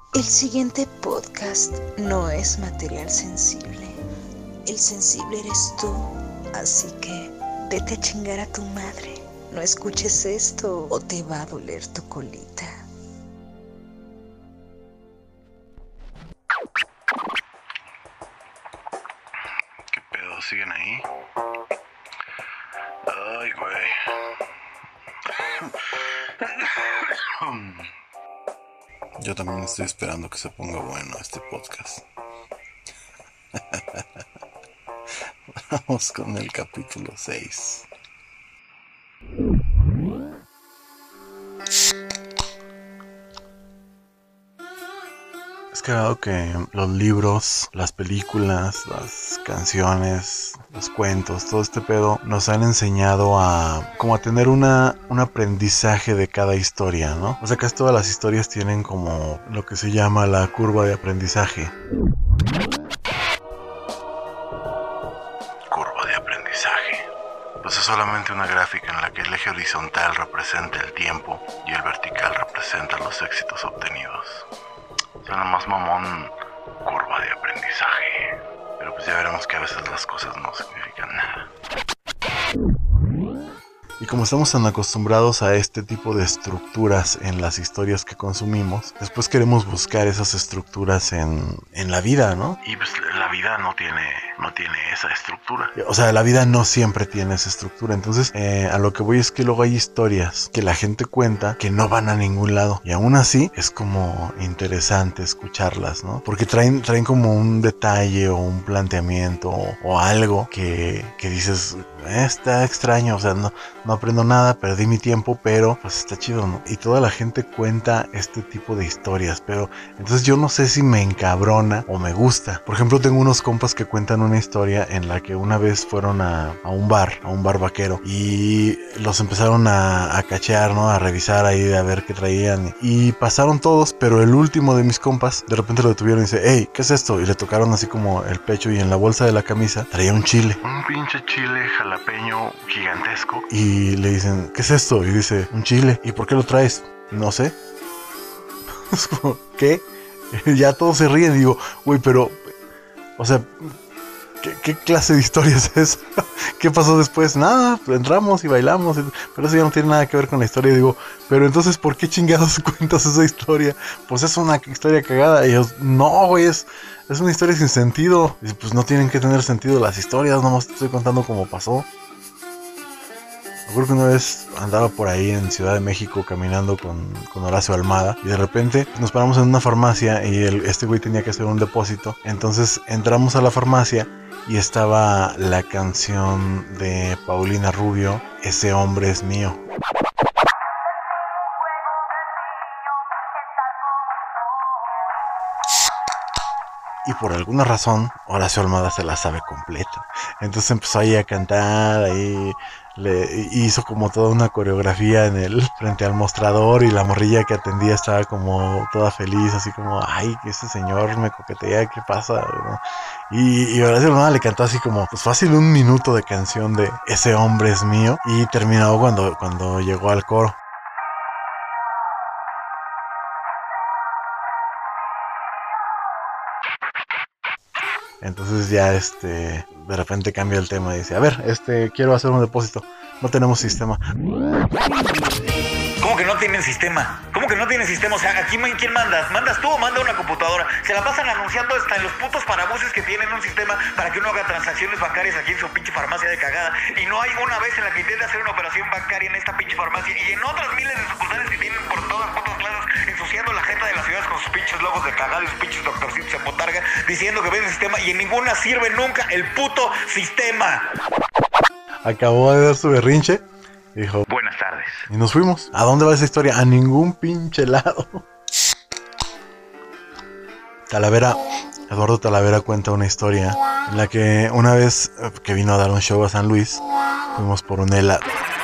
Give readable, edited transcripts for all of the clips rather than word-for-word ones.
El siguiente podcast no es material sensible. El sensible eres tú, así que vete a chingar a tu madre. No escuches esto o te va a doler tu colita. ¿Qué pedo? ¿Siguen ahí? Ay, güey. Yo también estoy esperando que se ponga bueno este podcast. Vamos con el capítulo 6. Es cagado que los libros, las películas, las canciones, los cuentos, todo este pedo nos han enseñado a como a tener un aprendizaje de cada historia, ¿no? O sea, casi todas las historias tienen como lo que se llama la curva de aprendizaje. Curva de aprendizaje. Pues es solamente una gráfica en la que el eje horizontal representa el tiempo y el vertical representa los éxitos obtenidos. Suena más mamón, curva de aprendizaje. Pero pues ya veremos que a veces las cosas no significan nada. Y como estamos tan acostumbrados a este tipo de estructuras en las historias que consumimos, después queremos buscar esas estructuras en la vida, ¿no? Y pues la vida no tiene esa estructura. O sea, la vida no siempre tiene esa estructura. Entonces, a lo que voy es que luego hay historias que la gente cuenta que no van a ningún lado. Y aún así, es como interesante escucharlas, ¿no? Porque traen como un detalle o un planteamiento o algo que dices, está extraño, o sea, no aprendo nada, perdí mi tiempo, pero pues está chido, ¿no? Y toda la gente cuenta este tipo de historias, pero entonces yo no sé si me encabrona o me gusta. Por ejemplo, tengo unos compas que cuentan una historia en la que una vez fueron a un bar vaquero, y los empezaron a cachear, ¿no? A revisar ahí, a ver qué traían, y pasaron todos, pero el último de mis compas, de repente lo detuvieron y dice, hey, ¿qué es esto? Y le tocaron así como el pecho, y en la bolsa de la camisa traía un chile. Un pinche chile jalapeño gigantesco. Y le dicen, ¿qué es esto? Y dice, un chile. ¿Y por qué lo traes? No sé. Es como, ¿qué? Ya todos se ríen y digo, güey, pero, o sea, ¿qué clase de historia es esa? ¿Qué pasó después? Nada, entramos y bailamos, pero eso ya no tiene nada que ver con la historia. Y digo, pero entonces, ¿por qué chingados cuentas esa historia? Pues es una historia cagada. Y ellos, no, güey, es una historia sin sentido. Y pues no tienen que tener sentido las historias, nomás te estoy contando cómo pasó. Me acuerdo que una vez andaba por ahí en Ciudad de México caminando con Horacio Almada, y de repente nos paramos en una farmacia y este güey tenía que hacer un depósito. Entonces entramos a la farmacia y estaba la canción de Paulina Rubio, Ese hombre es mío. Y por alguna razón, Horacio Almada se la sabe completa. Entonces empezó ahí a cantar, ahí hizo como toda una coreografía frente al mostrador, y la morrilla que atendía estaba como toda feliz, así como, ay, que ese señor me coquetea, ¿qué pasa? Y Horacio Almada le cantó así como, pues fácil, 1 minuto de canción de Ese hombre es mío, y terminó cuando llegó al coro. Entonces ya de repente cambia el tema y dice, a ver, quiero hacer un depósito, no tenemos sistema. ¿Cómo que no tienen sistema? ¿Cómo que no tienen sistema? O sea, ¿aquí quién mandas? ¿Mandas tú o manda una computadora? Se la pasan anunciando hasta en los putos parabuses que tienen un sistema para que uno haga transacciones bancarias aquí en su pinche farmacia de cagada. Y no hay una vez en la que intente hacer una operación bancaria en esta pinche farmacia y en otras miles de sucursales que tienen por todos lados, ensuciando la jeta de las ciudades con sus pinches logos de cagada y sus pinches doctorcitos en botarga, diciendo que ven el sistema, y en ninguna sirve nunca el puto sistema. Acabó de dar su berrinche. Dijo, buenas tardes. Y nos fuimos. ¿A dónde va esa historia? A ningún pinche lado. Eduardo Talavera cuenta una historia en la que una vez que vino a dar un show a San Luis, fuimos por un helado.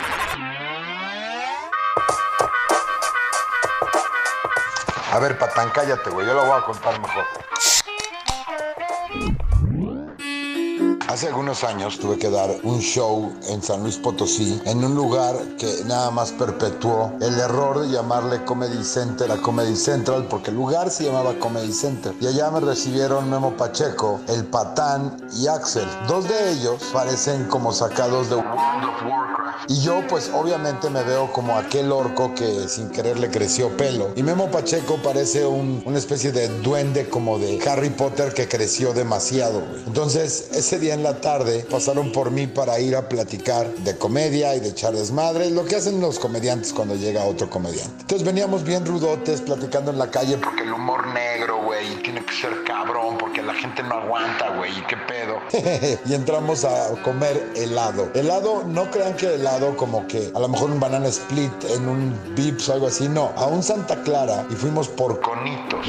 A ver, patán, cállate, güey. Yo lo voy a contar mejor. Hace algunos años tuve que dar un show en San Luis Potosí, en un lugar que nada más perpetuó el error de llamarle Comedy Center a Comedy Central, porque el lugar se llamaba Comedy Center. Y allá me recibieron Memo Pacheco, El Patán y Axel. Dos de ellos parecen como sacados de World of Warcraft. Y yo pues obviamente me veo como aquel orco que sin querer le creció pelo. Y Memo Pacheco parece una especie de duende como de Harry Potter que creció demasiado, güey. Entonces ese día en la tarde pasaron por mí para ir a platicar de comedia y de echar desmadre, lo que hacen los comediantes cuando llega otro comediante. Entonces veníamos bien rudotes platicando en la calle porque el humor negro, güey, tiene que ser cabrón porque la gente no aguanta, güey, ¿qué pedo? Y entramos a comer helado. Helado, no crean que helado como que a lo mejor un banana split en un Vips o algo así, no, a un Santa Clara y fuimos por Conitos.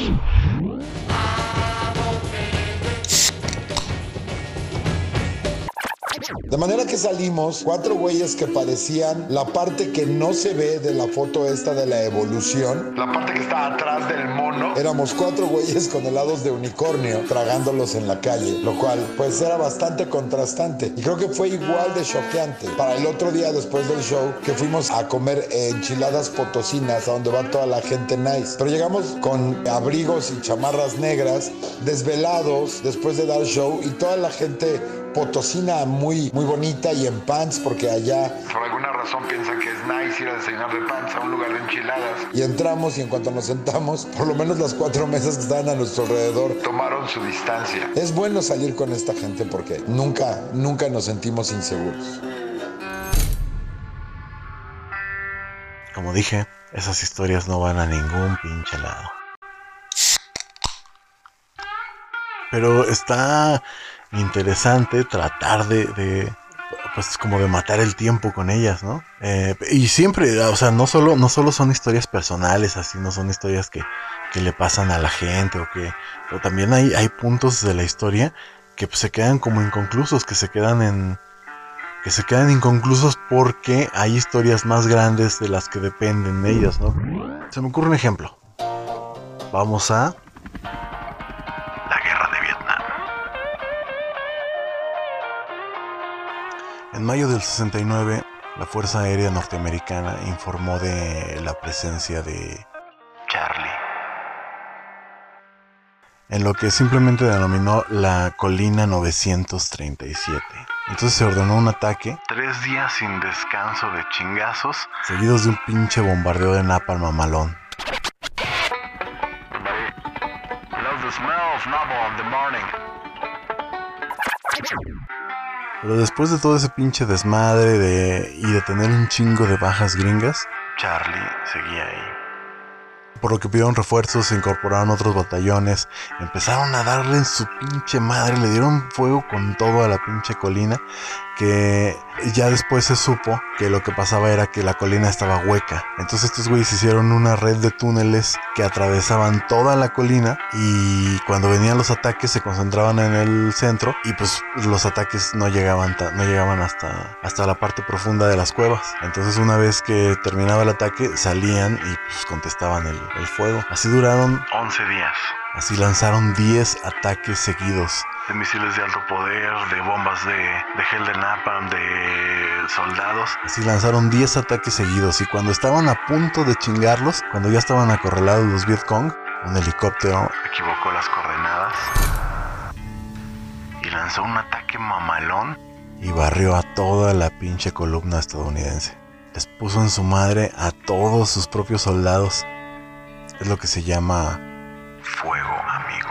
De manera que salimos 4 güeyes que parecían la parte que no se ve de la foto esta de la evolución. La parte que está atrás del mono. Éramos 4 güeyes con helados de unicornio tragándolos en la calle, lo cual pues era bastante contrastante. Y creo que fue igual de choqueante para el otro día después del show que fuimos a comer enchiladas potosinas a donde va toda la gente nice. Pero llegamos con abrigos y chamarras negras, desvelados después de dar show y toda la gente potosina muy bonita y en pants porque allá por alguna razón piensan que es nice ir a desayunar de pants a un lugar de enchiladas. Y entramos y en cuanto nos sentamos, por lo menos las 4 mesas que estaban a nuestro alrededor tomaron su distancia. Es bueno salir con esta gente porque nunca nos sentimos inseguros. Como dije, esas historias no van a ningún pinche lado. Pero está interesante tratar pues como de matar el tiempo con ellas, ¿no? Y siempre, o sea, no solo son historias personales, así no son historias que le pasan a la gente pero también hay puntos de la historia que pues, se quedan como inconclusos, que se quedan inconclusos porque hay historias más grandes de las que dependen de ellas, ¿no? Se me ocurre un ejemplo. Vamos a la guerra de Vietnam. En mayo del 69, la Fuerza Aérea Norteamericana informó de la presencia de Charlie en lo que simplemente denominó la Colina 937. Entonces se ordenó un ataque, 3 días sin descanso de chingazos, seguidos de un pinche bombardeo de napalm mamalón. Pero después de todo ese pinche desmadre y de tener un chingo de bajas gringas, Charlie seguía ahí. Por lo que pidieron refuerzos, se incorporaron otros batallones, empezaron a darle en su pinche madre, le dieron fuego con todo a la pinche colina, que ya después se supo que lo que pasaba era que la colina estaba hueca. Entonces estos güeyes hicieron una red de túneles que atravesaban toda la colina y cuando venían los ataques se concentraban en el centro y pues los ataques no llegaban hasta la parte profunda de las cuevas. Entonces una vez que terminaba el ataque salían y pues contestaban el fuego. Así duraron 11 días. Así lanzaron 10 ataques seguidos. De misiles de alto poder, de bombas de gel de napalm, de soldados. Así lanzaron 10 ataques seguidos y cuando estaban a punto de chingarlos, cuando ya estaban acorralados los Vietcong, un helicóptero equivocó las coordenadas y lanzó un ataque mamalón y barrió a toda la pinche columna estadounidense. Les puso en su madre a todos sus propios soldados. Es lo que se llama fuego amigo.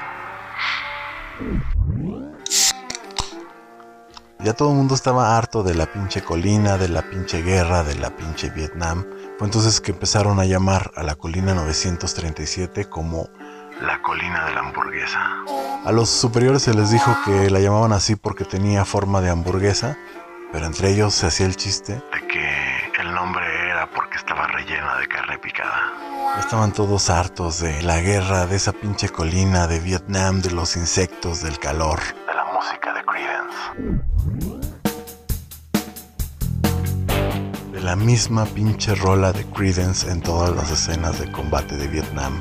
Ya todo el mundo estaba harto de la pinche colina, de la pinche guerra, de la pinche Vietnam. Fue entonces que empezaron a llamar a la colina 937 como la colina de la hamburguesa. A los superiores se les dijo que la llamaban así porque tenía forma de hamburguesa, pero entre ellos se hacía el chiste de que el nombre era porque estaba rellena de carne picada. Estaban todos hartos de la guerra, de esa pinche colina, de Vietnam, de los insectos, del calor, de la música de Creedence. De la misma pinche rola de Creedence en todas las escenas de combate de Vietnam.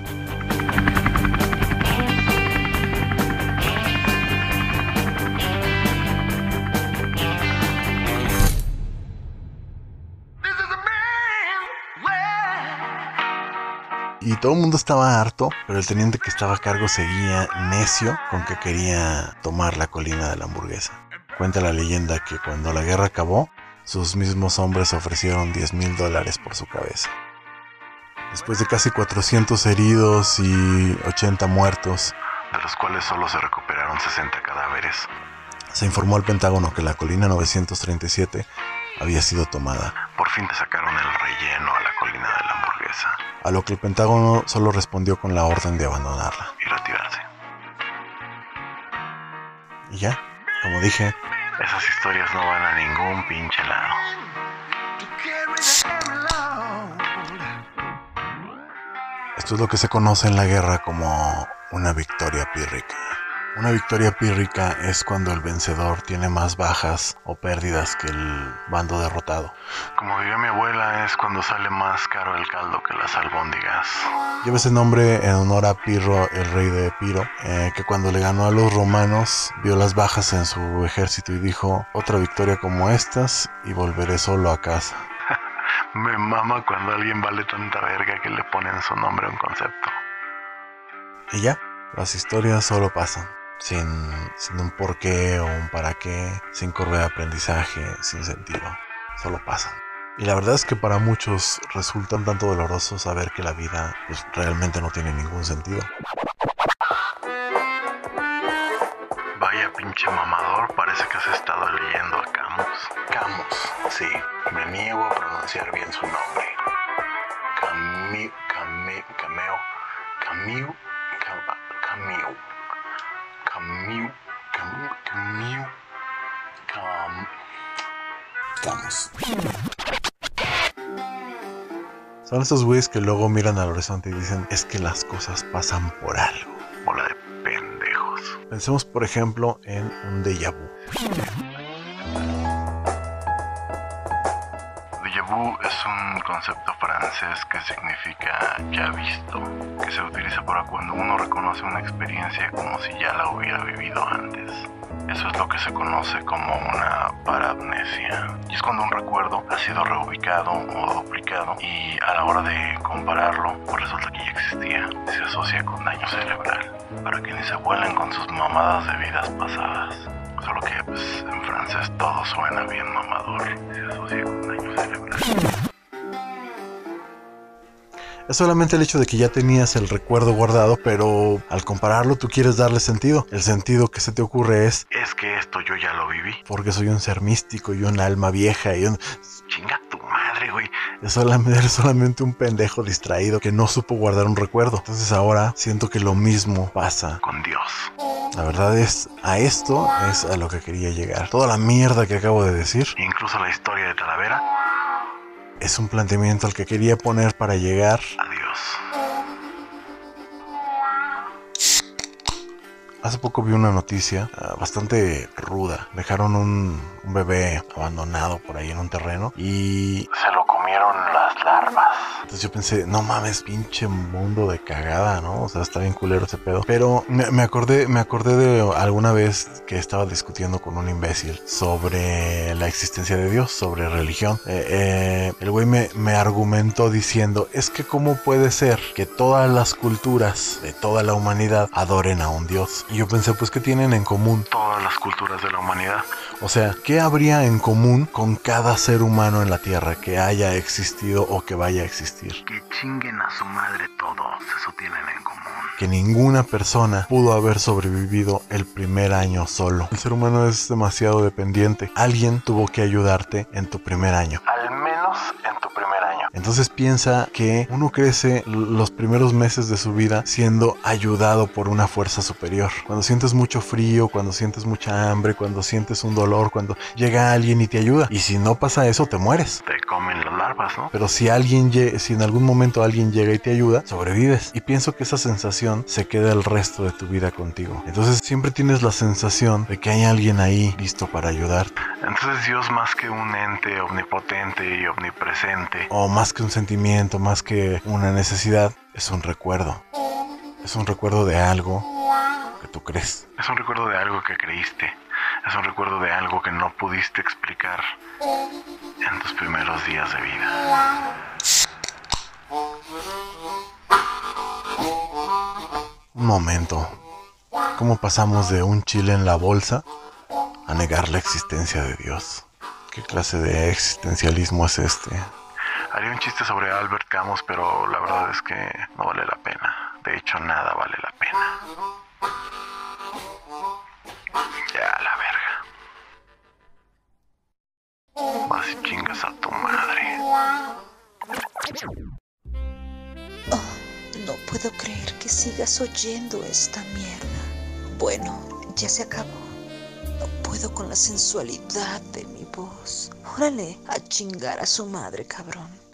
y todo el mundo estaba harto, pero el teniente que estaba a cargo seguía necio con que quería tomar la colina de la hamburguesa. Cuenta la leyenda que cuando la guerra acabó, sus mismos hombres ofrecieron $10,000 por su cabeza. Después de casi 400 heridos y 80 muertos, de los cuales solo se recuperaron 60 cadáveres, se informó al Pentágono que la colina 937 había sido tomada. Por fin le sacaron el relleno a la colina de la hamburguesa, a lo que el Pentágono solo respondió con la orden de abandonarla y retirarse. Y ya, como dije, esas historias no van a ningún pinche lado. Esto es lo que se conoce en la guerra como una victoria pírrica. Una victoria pírrica es cuando el vencedor tiene más bajas o pérdidas que el bando derrotado. Como diría mi abuela, es cuando sale más caro el caldo que las albóndigas. Lleva ese nombre en honor a Pirro, el rey de Epiro, que cuando le ganó a los romanos vio las bajas en su ejército y dijo: otra victoria como estas y volveré solo a casa. Me mama cuando alguien vale tanta verga que le ponen su nombre a un concepto. Y ya, las historias solo pasan. Sin un porqué o un para qué, sin curva de aprendizaje, sin sentido, solo pasan. Y la verdad es que para muchos resulta un tanto doloroso saber que la vida pues, realmente no tiene ningún sentido. Vaya pinche mamador, parece que has estado leyendo a Camus. Camus, sí, me niego a pronunciar bien su nombre. Camus. Son esos güeyes que luego miran al horizonte y dicen: es que las cosas pasan por algo. Bola de pendejos. Pensemos por ejemplo en un déjà vu. Déjà vu es un concepto francés que significa ya visto, que se utiliza para cuando uno reconoce una experiencia como si ya la hubiera vivido antes. Eso es lo que se conoce como una paramnesia. Y es cuando un recuerdo ha sido reubicado o duplicado y a la hora de compararlo, pues resulta que ya existía. Se asocia con daño cerebral, para que ni se vuelen con sus mamadas de vidas pasadas. Solo que pues, en francés todo suena bien mamador. Se asocia con daño cerebral. Es solamente el hecho de que ya tenías el recuerdo guardado, pero al compararlo tú quieres darle sentido. El sentido que se te ocurre es que esto yo ya lo viví, porque soy un ser místico y un alma vieja y un... Chinga tu madre, güey. Eres solamente un pendejo distraído que no supo guardar un recuerdo. Entonces ahora siento que lo mismo pasa con Dios. La verdad es, a esto es a lo que quería llegar. Toda la mierda que acabo de decir, incluso la historia de Talavera, es un planteamiento al que quería poner para llegar a Dios. Hace poco vi una noticia bastante ruda. Dejaron un bebé abandonado por ahí en un terreno y se lo comieron las larvas. Entonces yo pensé, no mames, pinche mundo de cagada, ¿no? O sea, está bien culero ese pedo. Pero me acordé de alguna vez que estaba discutiendo con un imbécil sobre la existencia de Dios, sobre religión. El güey me argumentó diciendo, es que cómo puede ser que todas las culturas de toda la humanidad adoren a un Dios. Y yo pensé, pues, ¿qué tienen en común todas las culturas de la humanidad? O sea, ¿qué habría en común con cada ser humano en la Tierra que haya existido o que vaya a existir? Que chinguen a su madre todos, eso tienen en común. Que ninguna persona pudo haber sobrevivido el primer año solo. El ser humano es demasiado dependiente. Alguien tuvo que ayudarte en tu primer año. Al menos en tu primer año. Entonces piensa que uno crece los primeros meses de su vida siendo ayudado por una fuerza superior. Cuando sientes mucho frío, cuando sientes mucha hambre, cuando sientes un dolor, cuando llega alguien y te ayuda. Y si no pasa eso, te mueres. Te comen las larvas, ¿no? Pero si en algún momento alguien llega y te ayuda, sobrevives. Y pienso que esa sensación se queda el resto de tu vida contigo. Entonces siempre tienes la sensación de que hay alguien ahí listo para ayudarte. Entonces Dios, más que un ente omnipotente y omnipresente, o más que un sentimiento, más que una necesidad, es un recuerdo. Es un recuerdo de algo que tú crees. Es un recuerdo de algo que creíste. Es un recuerdo de algo que no pudiste explicar en tus primeros días de vida. Un momento. ¿Cómo pasamos de un chile en la bolsa a negar la existencia de Dios? ¿Qué clase de existencialismo es este? Haría un chiste sobre Albert Camus, pero la verdad es que no vale la pena. De hecho, nada vale la pena. Ya, la verga. Vas y chingas a tu madre. No puedo creer que sigas oyendo esta mierda. Bueno, ya se acabó. No puedo con la sensualidad de mi voz. Órale, a chingar a su madre, cabrón.